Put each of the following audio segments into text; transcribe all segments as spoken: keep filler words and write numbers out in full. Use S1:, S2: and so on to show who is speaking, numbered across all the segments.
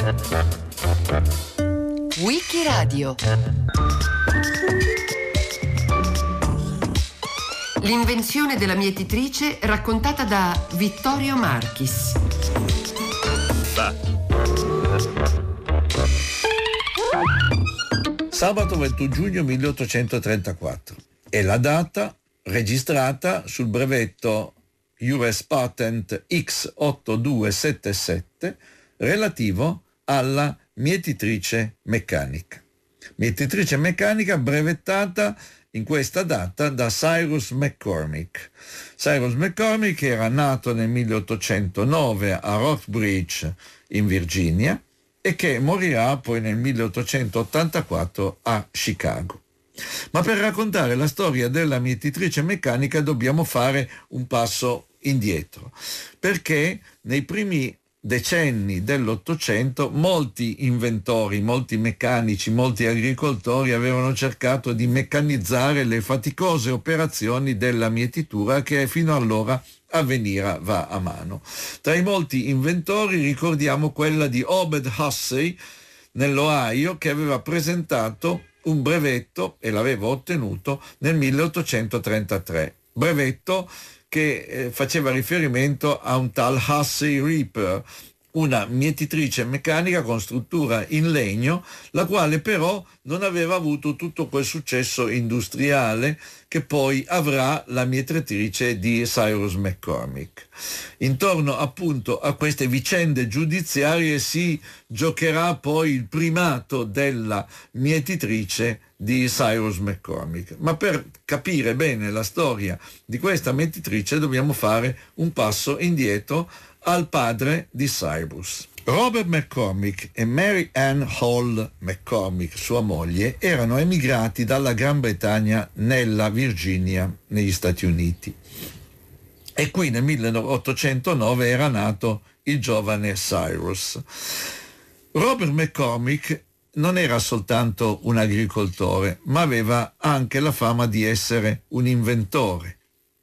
S1: Wikiradio. L'invenzione della mietitrice raccontata da Vittorio Marchis.
S2: Sabato ventuno giugno milleottocentotrentaquattro è la data registrata sul brevetto U S Patent X otto due sette sette relativo alla mietitrice meccanica. Mietitrice meccanica brevettata in questa data da Cyrus McCormick. Cyrus McCormick era nato nel milleottocentonove a Rockbridge in Virginia e che morirà poi nel milleottocentottantaquattro a Chicago. Ma per raccontare la storia della mietitrice meccanica dobbiamo fare un passo indietro, perché nei primi decenni dell'Ottocento molti inventori, molti meccanici, molti agricoltori avevano cercato di meccanizzare le faticose operazioni della mietitura che fino allora avveniva a mano. Tra i molti inventori ricordiamo quella di Obed Hussey nell'Ohio, che aveva presentato un brevetto e l'aveva ottenuto nel milleottocentotrentatré, brevetto che eh, faceva riferimento a un tal Hussey Reaper, una mietitrice meccanica con struttura in legno, la quale però non aveva avuto tutto quel successo industriale che poi avrà la mietitrice di Cyrus McCormick. Intorno appunto a queste vicende giudiziarie si giocherà poi il primato della mietitrice di Cyrus McCormick. Ma per capire bene la storia di questa mietitrice dobbiamo fare un passo indietro al padre di Cyrus. Robert McCormick e Mary Ann Hall McCormick, sua moglie, erano emigrati dalla Gran Bretagna nella Virginia, negli Stati Uniti. E qui nel milleottocentonove era nato il giovane Cyrus. Robert McCormick non era soltanto un agricoltore, ma aveva anche la fama di essere un inventore.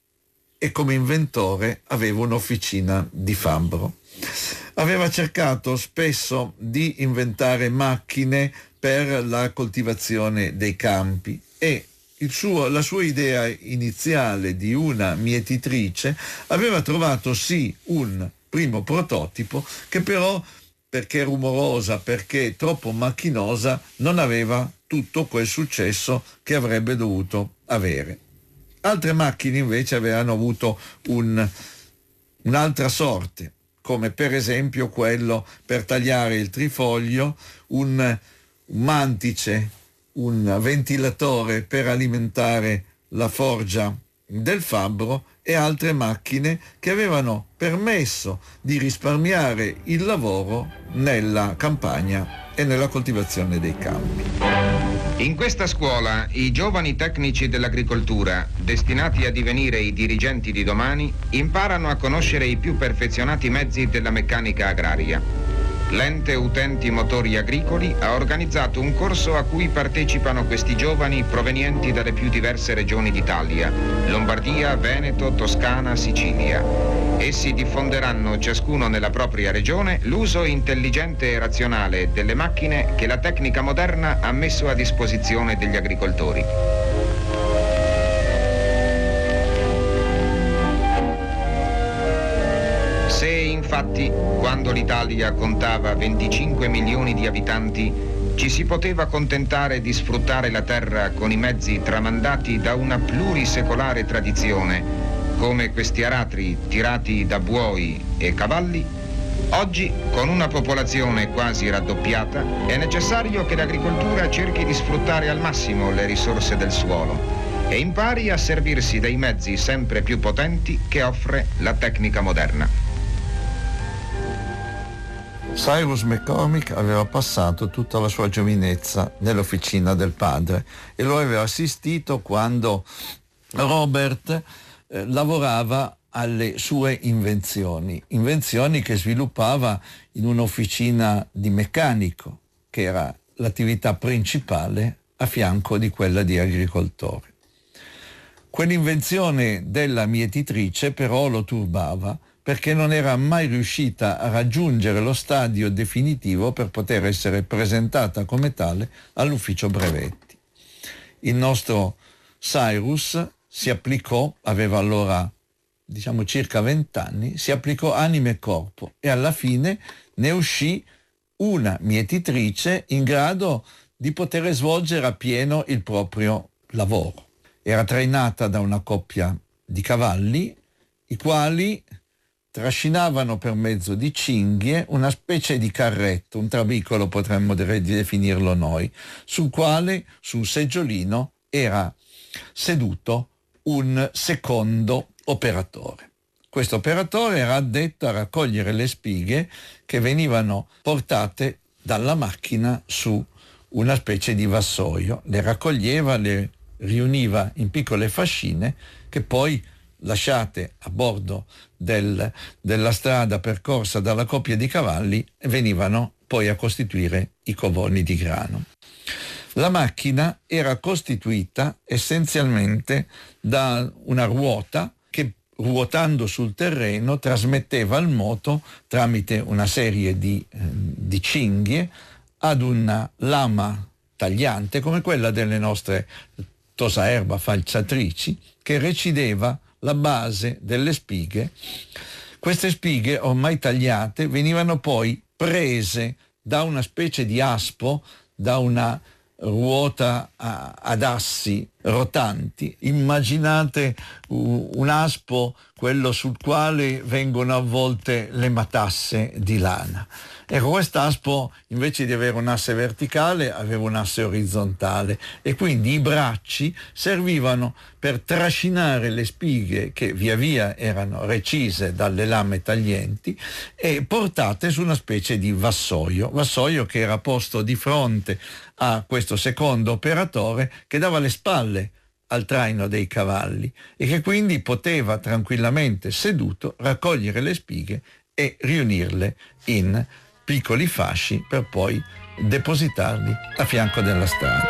S2: E come inventore aveva un'officina di fabbro. Aveva cercato spesso di inventare macchine per la coltivazione dei campi e il suo, la sua idea iniziale di una mietitrice aveva trovato sì un primo prototipo che però, perché rumorosa, perché troppo macchinosa, non aveva tutto quel successo che avrebbe dovuto avere. Altre macchine invece avevano avuto un, un'altra sorte, come per esempio quello per tagliare il trifoglio, un, un mantice, un ventilatore per alimentare la forgia del fabbro e altre macchine che avevano permesso di risparmiare il lavoro nella campagna e nella coltivazione dei campi.
S3: In questa scuola i giovani tecnici dell'agricoltura, destinati a divenire i dirigenti di domani, imparano a conoscere i più perfezionati mezzi della meccanica agraria. L'ente utenti motori agricoli ha organizzato un corso a cui partecipano questi giovani provenienti dalle più diverse regioni d'Italia: Lombardia, Veneto, Toscana, Sicilia. Essi diffonderanno ciascuno nella propria regione l'uso intelligente e razionale delle macchine che la tecnica moderna ha messo a disposizione degli agricoltori. Se infatti, quando l'Italia contava venticinque milioni di abitanti, ci si poteva contentare di sfruttare la terra con i mezzi tramandati da una plurisecolare tradizione, come questi aratri tirati da buoi e cavalli, oggi, con una popolazione quasi raddoppiata, è necessario che l'agricoltura cerchi di sfruttare al massimo le risorse del suolo e impari a servirsi dei mezzi sempre più potenti che offre la tecnica moderna.
S2: Cyrus McCormick aveva passato tutta la sua giovinezza nell'officina del padre e lo aveva assistito quando Robert eh, lavorava alle sue invenzioni, invenzioni che sviluppava in un'officina di meccanico, che era l'attività principale a fianco di quella di agricoltore. Quell'invenzione della mietitrice però lo turbava, perché non era mai riuscita a raggiungere lo stadio definitivo per poter essere presentata come tale all'ufficio brevetti. Il nostro Cyrus si applicò, aveva allora diciamo circa vent'anni, si applicò anima e corpo e alla fine ne uscì una mietitrice in grado di poter svolgere a pieno il proprio lavoro. Era trainata da una coppia di cavalli, i quali trascinavano per mezzo di cinghie una specie di carretto, un trabicolo potremmo definirlo noi, sul quale, su un seggiolino, era seduto un secondo operatore. Questo operatore era addetto a raccogliere le spighe che venivano portate dalla macchina su una specie di vassoio, le raccoglieva, le riuniva in piccole fascine che poi, lasciate a bordo del, della strada percorsa dalla coppia di cavalli, venivano poi a costituire i covoni di grano. La macchina era costituita essenzialmente da una ruota che, ruotando sul terreno, trasmetteva il moto tramite una serie di, eh, di cinghie ad una lama tagliante come quella delle nostre tosaerba falciatrici, che recideva la base delle spighe. Queste spighe ormai tagliate venivano poi prese da una specie di aspo, da una ruota a, ad assi rotanti. Immaginate un aspo, quello sul quale vengono avvolte le matasse di lana. Ecco, quest'aspo invece di avere un asse verticale aveva un asse orizzontale e quindi i bracci servivano per trascinare le spighe che via via erano recise dalle lame taglienti e portate su una specie di vassoio, vassoio che era posto di fronte a questo secondo operatore che dava le spalle al traino dei cavalli e che quindi poteva tranquillamente seduto raccogliere le spighe e riunirle in piccoli fasci per poi depositarli a fianco della strada.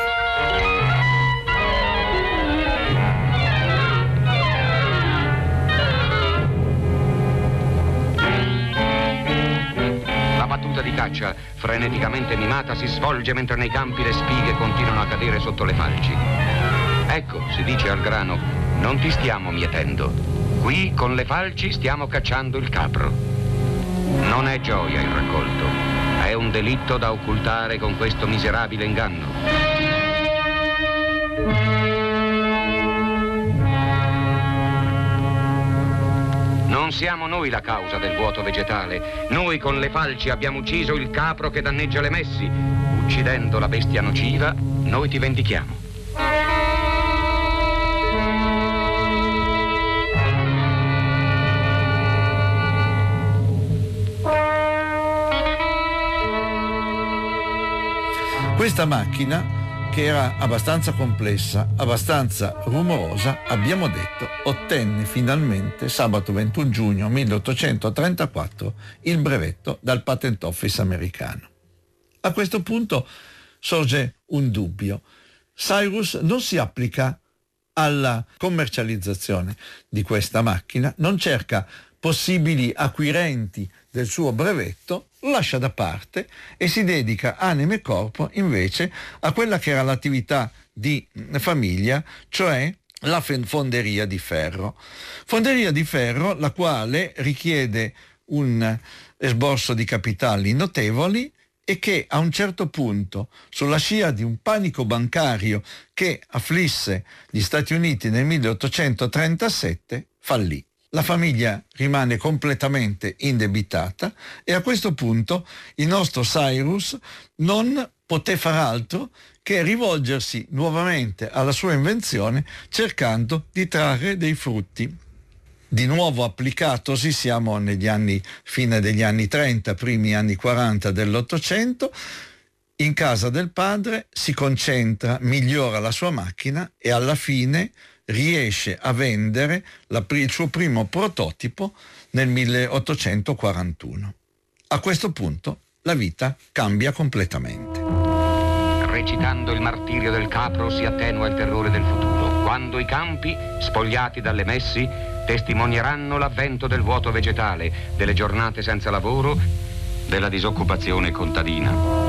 S4: La battuta di caccia, freneticamente mimata, si svolge mentre nei campi le spighe continuano a cadere sotto le falci. Ecco, si dice al grano, non ti stiamo mietendo. Qui con le falci stiamo cacciando il capro. Non è gioia il raccolto, è un delitto da occultare con questo miserabile inganno. Non siamo noi la causa del vuoto vegetale. Noi con le falci abbiamo ucciso il capro che danneggia le messi. Uccidendo la bestia nociva, noi ti vendichiamo.
S2: Questa macchina, che era abbastanza complessa, abbastanza rumorosa, abbiamo detto, ottenne finalmente sabato ventuno giugno milleottocentotrentaquattro il brevetto dal Patent Office americano. A questo punto sorge un dubbio. Cyrus non si applica alla commercializzazione di questa macchina, non cerca possibili acquirenti del suo brevetto, lo lascia da parte e si dedica anima e corpo invece a quella che era l'attività di famiglia, cioè la fonderia di ferro. Fonderia di ferro la quale richiede un esborso di capitali notevoli e che a un certo punto, sulla scia di un panico bancario che afflisse gli Stati Uniti nel milleottocentotrentasette, fallì. La famiglia rimane completamente indebitata e a questo punto il nostro Cyrus non poté far altro che rivolgersi nuovamente alla sua invenzione cercando di trarre dei frutti. Di nuovo applicatosi, siamo negli anni, fine degli anni trenta, primi anni quaranta dell'Ottocento, in casa del padre si concentra, migliora la sua macchina e alla fine riesce a vendere la, il suo primo prototipo nel milleottocentoquarantuno. A questo punto la vita cambia completamente.
S4: Recitando il martirio del capro si attenua il terrore del futuro, quando i campi, spogliati dalle messi, testimonieranno l'avvento del vuoto vegetale, delle giornate senza lavoro, della disoccupazione contadina.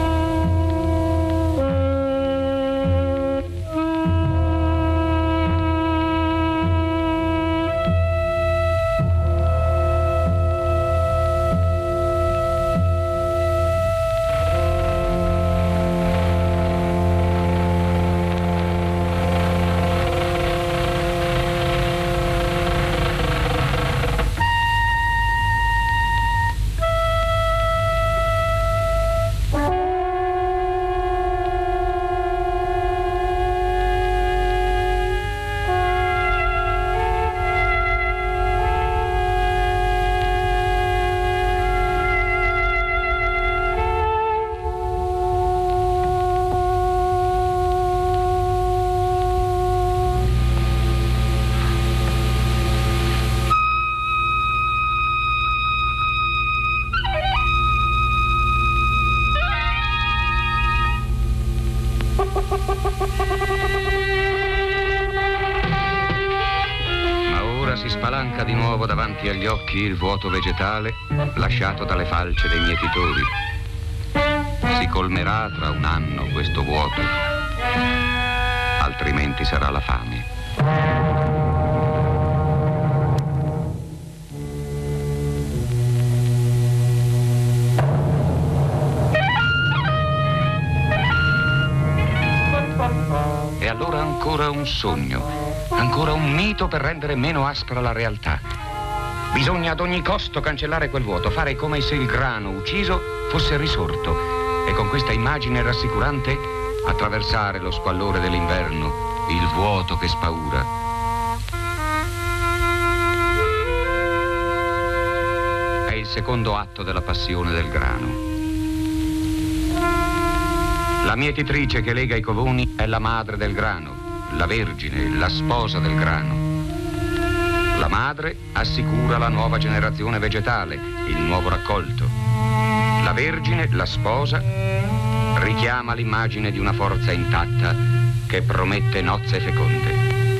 S4: Davanti agli occhi il vuoto vegetale lasciato dalle falce dei mietitori. Si colmerà tra un anno questo vuoto, altrimenti sarà la fame. E allora ancora un sogno, ancora un mito per rendere meno aspra la realtà. Bisogna ad ogni costo cancellare quel vuoto, fare come se il grano ucciso fosse risorto e con questa immagine rassicurante attraversare lo squallore dell'inverno, il vuoto che spaura. È il secondo atto della passione del grano. La mietitrice che lega i covoni è la madre del grano, la vergine, la sposa del grano. La madre assicura la nuova generazione vegetale, il nuovo raccolto. La Vergine, la sposa, richiama l'immagine di una forza intatta che promette nozze feconde.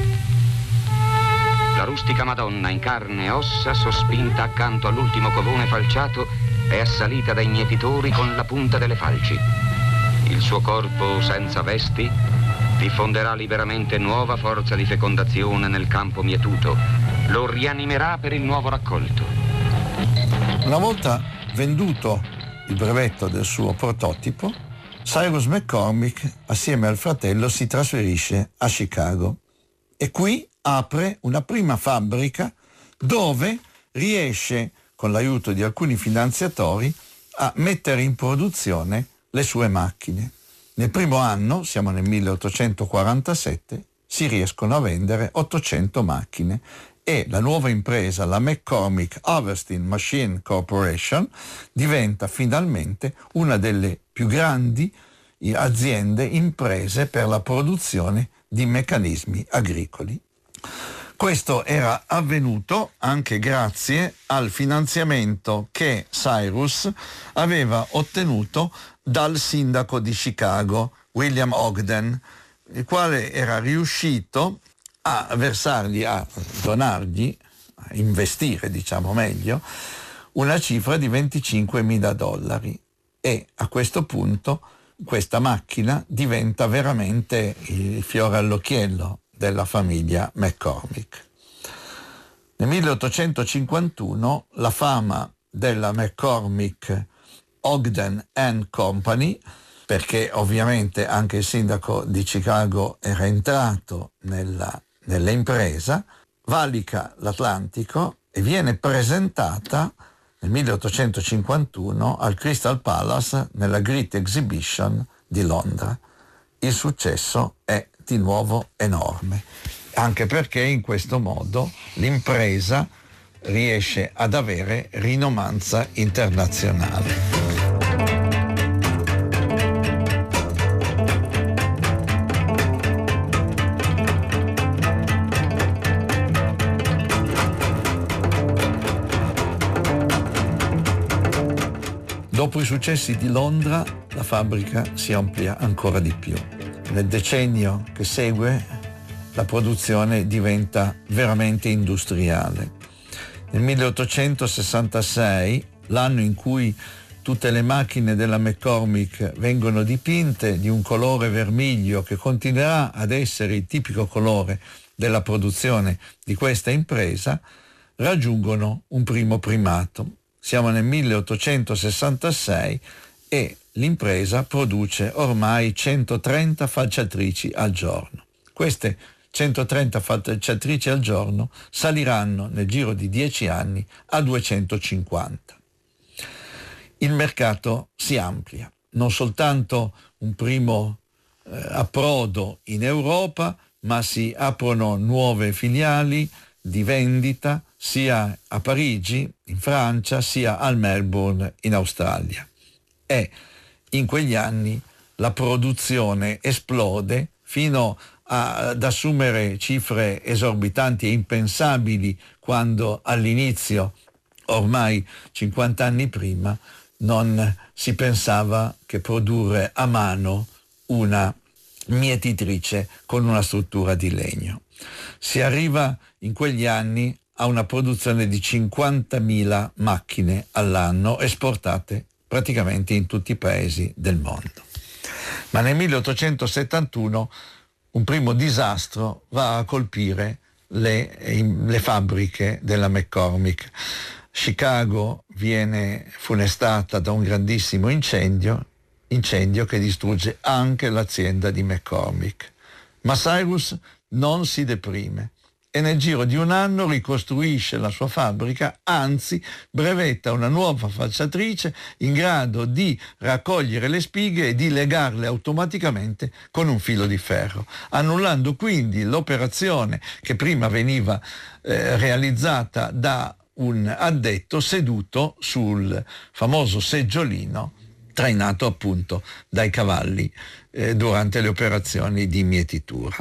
S4: La rustica Madonna in carne e ossa, sospinta accanto all'ultimo covone falciato, è assalita dai mietitori con la punta delle falci. Il suo corpo senza vesti diffonderà liberamente nuova forza di fecondazione nel campo mietuto. Lo rianimerà per il nuovo raccolto.
S2: Una volta venduto il brevetto del suo prototipo, Cyrus McCormick, assieme al fratello, si trasferisce a Chicago e qui apre una prima fabbrica dove riesce, con l'aiuto di alcuni finanziatori, a mettere in produzione le sue macchine. Nel primo anno, siamo nel milleottocentoquarantasette, si riescono a vendere ottocento macchine e la nuova impresa, la McCormick Harvesting Machine Corporation, diventa finalmente una delle più grandi aziende, imprese per la produzione di meccanismi agricoli. Questo era avvenuto anche grazie al finanziamento che Cyrus aveva ottenuto dal sindaco di Chicago, William Ogden, il quale era riuscito a versargli, a donargli, a investire, diciamo meglio, una cifra di venticinquemila dollari. E a questo punto questa macchina diventa veramente il fiore all'occhiello della famiglia McCormick. Nel milleottocentocinquantuno la fama della McCormick Ogden and Company, perché ovviamente anche il sindaco di Chicago era entrato nella, nell'impresa, valica l'Atlantico e viene presentata nel milleottocentocinquantuno al Crystal Palace nella Great Exhibition di Londra. Il successo è di nuovo enorme, anche perché in questo modo l'impresa riesce ad avere rinomanza internazionale. Dopo i successi di Londra, la fabbrica si amplia ancora di più. Nel decennio che segue, la produzione diventa veramente industriale. Nel milleottocentosessantasei, l'anno in cui tutte le macchine della McCormick vengono dipinte di un colore vermiglio che continuerà ad essere il tipico colore della produzione di questa impresa, raggiungono un primo primato. Siamo nel milleottocentosessantasei e l'impresa produce ormai centotrenta falciatrici al giorno. Queste centotrenta falciatrici al giorno saliranno nel giro di dieci anni a duecentocinquanta. Il mercato si amplia, non soltanto un primo eh, approdo in Europa, ma si aprono nuove filiali di vendita sia a Parigi, in Francia, sia a Melbourne, in Australia. E in quegli anni la produzione esplode fino a, ad assumere cifre esorbitanti e impensabili quando all'inizio, ormai cinquanta anni prima, non si pensava che produrre a mano una mietitrice con una struttura di legno. Si arriva in quegli anni a una produzione di cinquantamila macchine all'anno esportate praticamente in tutti i paesi del mondo. Ma nel milleottocentosettantuno un primo disastro va a colpire le, le fabbriche della McCormick. Chicago viene funestata da un grandissimo incendio, incendio che distrugge anche l'azienda di McCormick. Ma Cyrus non si deprime e nel giro di un anno ricostruisce la sua fabbrica, anzi brevetta una nuova falciatrice in grado di raccogliere le spighe e di legarle automaticamente con un filo di ferro, annullando quindi l'operazione che prima veniva eh, realizzata da un addetto seduto sul famoso seggiolino trainato appunto dai cavalli eh, durante le operazioni di mietitura.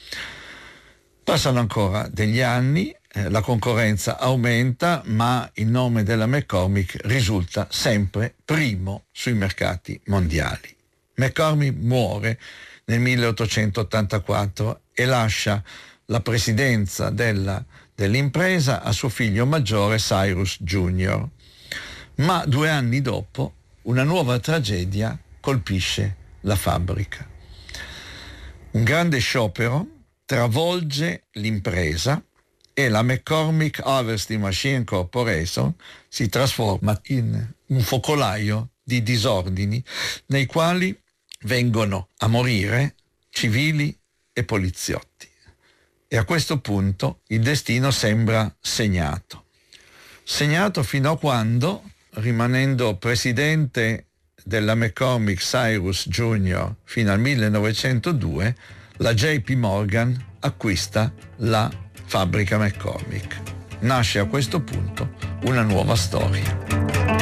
S2: Passano ancora degli anni, eh, la concorrenza aumenta, ma il nome della McCormick risulta sempre primo sui mercati mondiali. McCormick muore nel milleottocentottantaquattro e lascia la presidenza della, dell'impresa a suo figlio maggiore Cyrus Junior Ma due anni dopo una nuova tragedia colpisce la fabbrica. Un grande sciopero travolge l'impresa e la McCormick Harvesting Machine Corporation si trasforma in un focolaio di disordini nei quali vengono a morire civili e poliziotti. E a questo punto il destino sembra segnato. Segnato fino a quando, rimanendo presidente della McCormick Cyrus Junior fino al millenovecentodue, la J P Morgan acquista la fabbrica McCormick. Nasce a questo punto una nuova storia.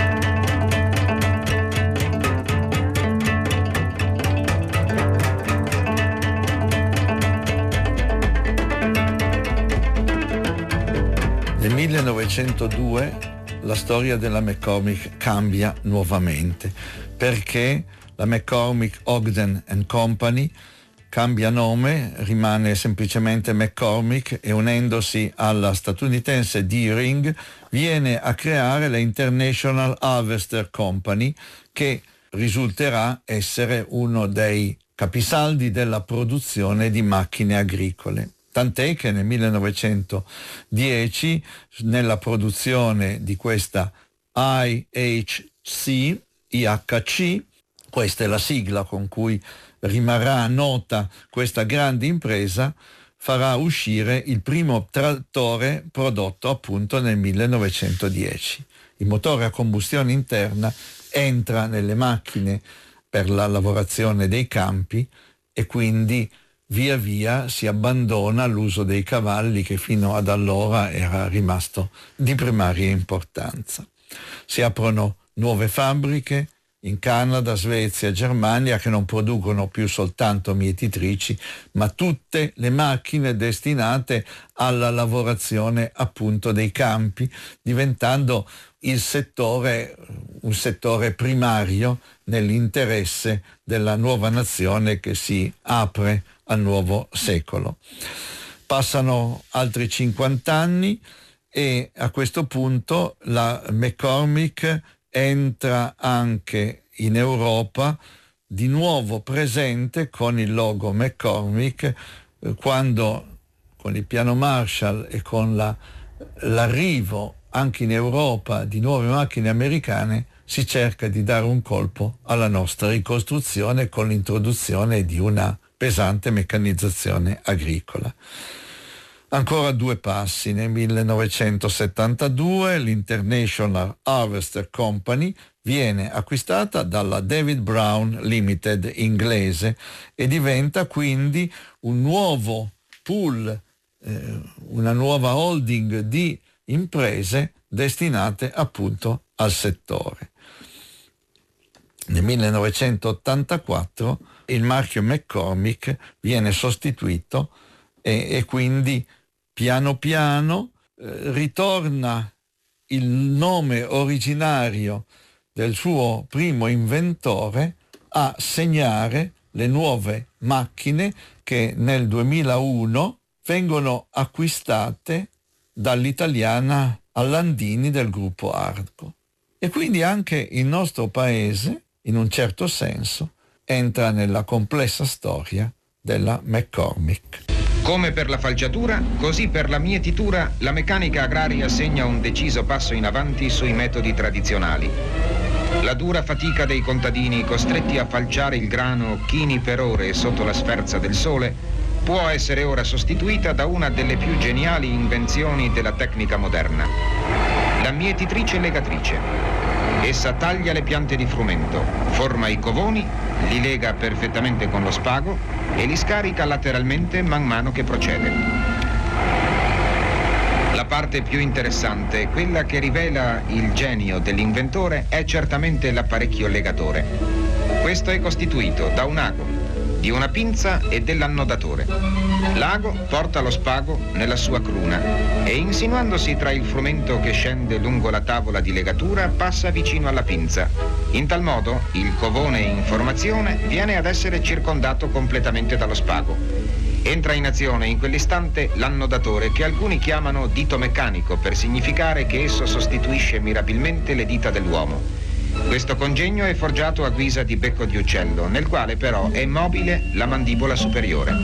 S2: Nel millenovecentodue la storia della McCormick cambia nuovamente perché la McCormick Ogden and Company cambia nome, rimane semplicemente McCormick e unendosi alla statunitense Deering viene a creare la International Harvester Company, che risulterà essere uno dei capisaldi della produzione di macchine agricole. Tant'è che nel millenovecentodieci nella produzione di questa I H C, I H C, questa è la sigla con cui rimarrà nota questa grande impresa, farà uscire il primo trattore prodotto appunto nel millenovecentodieci. Il motore a combustione interna entra nelle macchine per la lavorazione dei campi e quindi via via si abbandona l'uso dei cavalli che fino ad allora era rimasto di primaria importanza. Si aprono nuove fabbriche in Canada, Svezia e Germania che non producono più soltanto mietitrici, ma tutte le macchine destinate alla lavorazione appunto dei campi, diventando il settore, un settore primario nell'interesse della nuova nazione che si apre al nuovo secolo. Passano altri cinquanta anni e a questo punto la McCormick entra anche in Europa, di nuovo presente con il logo McCormick, eh, quando con il piano Marshall e con la, l'arrivo anche in Europa di nuove macchine americane si cerca di dare un colpo alla nostra ricostruzione con l'introduzione di una pesante meccanizzazione agricola. Ancora due passi: nel millenovecentosettantadue l'International Harvester Company viene acquistata dalla David Brown Limited inglese e diventa quindi un nuovo pool, eh, una nuova holding di imprese destinate appunto al settore. Nel millenovecentottantaquattro il marchio McCormick viene sostituito e, e quindi piano piano eh, ritorna il nome originario del suo primo inventore a segnare le nuove macchine che nel duemilauno vengono acquistate dall'italiana Allandini del gruppo Arco. E quindi anche il nostro paese, in un certo senso, entra nella complessa storia della McCormick.
S3: Come per la falciatura, così per la mietitura, la meccanica agraria segna un deciso passo in avanti sui metodi tradizionali. La dura fatica dei contadini costretti a falciare il grano chini per ore sotto la sferza del sole può essere ora sostituita da una delle più geniali invenzioni della tecnica moderna: la mietitrice legatrice. Essa taglia le piante di frumento, forma i covoni, li lega perfettamente con lo spago e li scarica lateralmente man mano che procede. La parte più interessante, quella che rivela il genio dell'inventore, è certamente l'apparecchio legatore. Questo è costituito da un ago, di una pinza e dell'annodatore. L'ago porta lo spago nella sua cruna e, insinuandosi tra il frumento che scende lungo la tavola di legatura, passa vicino alla pinza. In tal modo il covone in formazione viene ad essere circondato completamente dallo spago. Entra in azione in quell'istante l'annodatore, che alcuni chiamano dito meccanico per significare che esso sostituisce mirabilmente le dita dell'uomo. Questo congegno è forgiato a guisa di becco di uccello, nel quale però è mobile la mandibola superiore.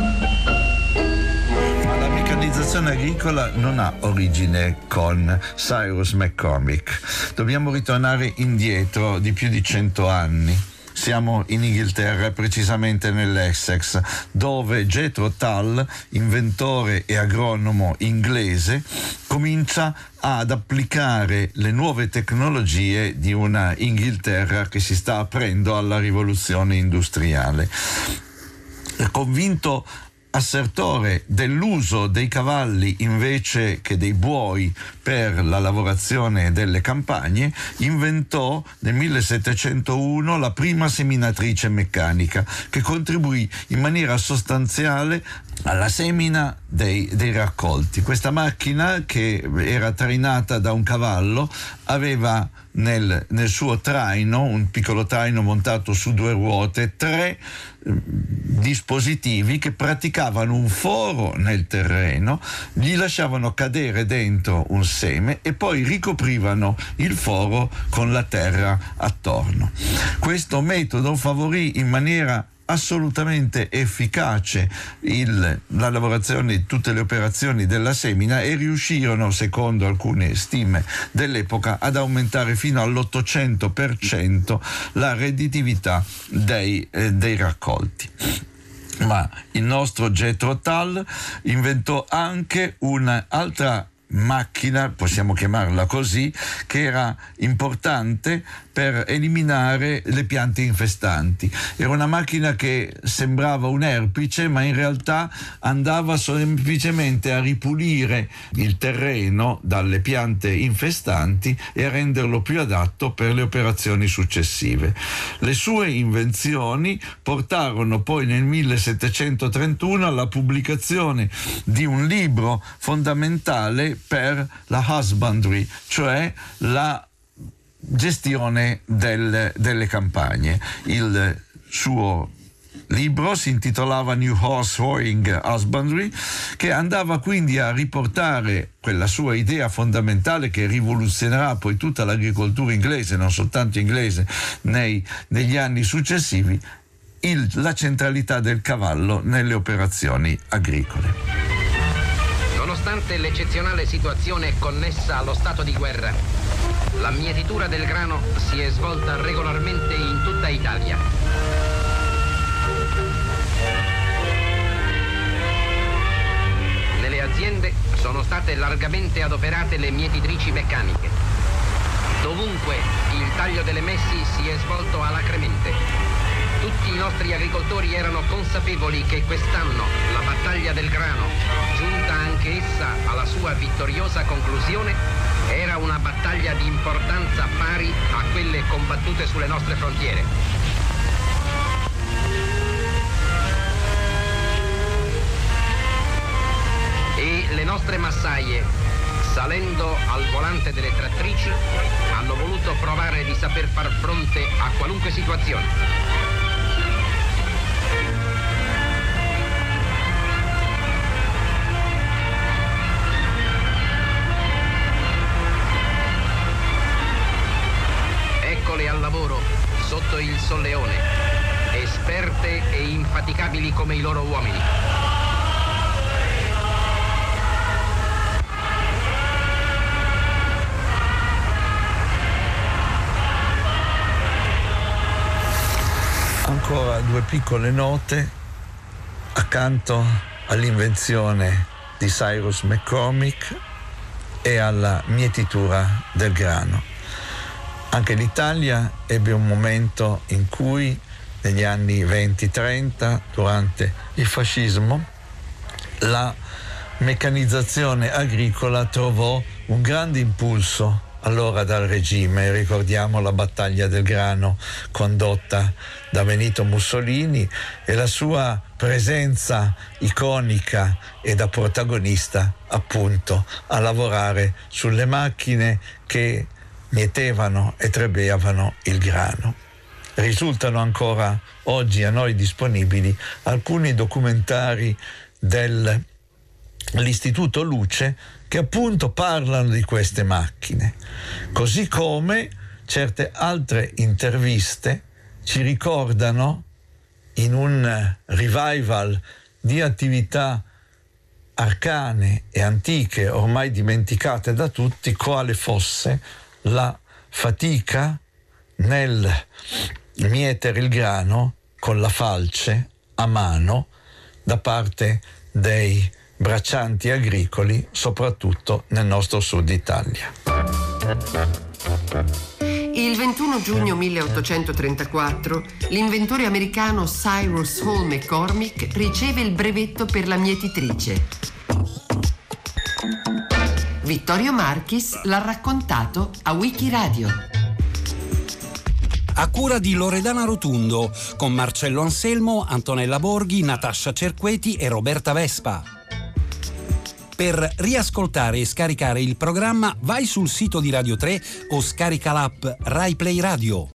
S2: Ma la meccanizzazione agricola non ha origine con Cyrus McCormick. Dobbiamo ritornare indietro di più di cento anni. Siamo in Inghilterra, precisamente nell'Essex, dove Jethro Tull, inventore e agronomo inglese, comincia ad applicare le nuove tecnologie di una Inghilterra che si sta aprendo alla rivoluzione industriale. Convinto assertore dell'uso dei cavalli invece che dei buoi per la lavorazione delle campagne, inventò nel millesettecentouno la prima seminatrice meccanica che contribuì in maniera sostanziale alla semina dei, dei raccolti. Questa macchina, che era trainata da un cavallo, aveva nel, nel suo traino, un piccolo traino montato su due ruote, tre eh, dispositivi che praticavano un foro nel terreno, gli lasciavano cadere dentro un seme e poi ricoprivano il foro con la terra attorno. Questo metodo favorì in maniera assolutamente efficace il, la lavorazione di tutte le operazioni della semina, e riuscirono, secondo alcune stime dell'epoca, ad aumentare fino all'ottocento per cento la redditività dei, eh, dei raccolti. Ma il nostro Jethro Tull inventò anche un'altra macchina, possiamo chiamarla così, che era importante per eliminare le piante infestanti. Era una macchina che sembrava un erpice, ma in realtà andava semplicemente a ripulire il terreno dalle piante infestanti e a renderlo più adatto per le operazioni successive. Le sue invenzioni portarono poi nel millesettecentotrentuno alla pubblicazione di un libro fondamentale per la husbandry, cioè la gestione del, delle campagne. Il suo libro si intitolava New Horse Hoeing Husbandry, che andava quindi a riportare quella sua idea fondamentale che rivoluzionerà poi tutta l'agricoltura inglese, non soltanto inglese, nei, negli anni successivi, il, la centralità del cavallo nelle operazioni agricole.
S5: Nonostante l'eccezionale situazione connessa allo stato di guerra, la mietitura del grano si è svolta regolarmente in tutta Italia. Nelle aziende sono state largamente adoperate le mietitrici meccaniche. Dovunque il taglio delle messi si è svolto alacremente. Tutti i nostri agricoltori erano consapevoli che quest'anno la battaglia del grano, giunta anche essa alla sua vittoriosa conclusione, era una battaglia di importanza pari a quelle combattute sulle nostre frontiere. E le nostre massaie, salendo al volante delle trattrici, hanno voluto provare di saper far fronte a qualunque situazione. Eccole al lavoro sotto il solleone, esperte e infaticabili come i loro uomini.
S2: Ancora due piccole note accanto all'invenzione di Cyrus McCormick e alla mietitura del grano. Anche l'Italia ebbe un momento in cui, negli anni venti trenta, durante il fascismo, la meccanizzazione agricola trovò un grande impulso allora dal regime. Ricordiamo la battaglia del grano condotta da Benito Mussolini e la sua presenza iconica e da protagonista appunto a lavorare sulle macchine che mietevano e trebeavano il grano. Risultano ancora oggi a noi disponibili alcuni documentari dell'Istituto Luce che appunto parlano di queste macchine, così come certe altre interviste ci ricordano, in un revival di attività arcane e antiche ormai dimenticate da tutti, quale fosse la fatica nel mietere il grano con la falce a mano da parte dei braccianti agricoli, soprattutto nel nostro sud Italia.
S1: Il ventuno giugno milleottocentotrentaquattro l'inventore americano Cyrus Hall McCormick riceve il brevetto per la mietitrice. Vittorio Marchis l'ha raccontato a Wikiradio.
S6: A cura di Loredana Rotundo, con Marcello Anselmo, Antonella Borghi, Natascia Cerqueti e Roberta Vespa. Per riascoltare e scaricare il programma vai sul sito di Radio tre o scarica l'app Rai Play Radio.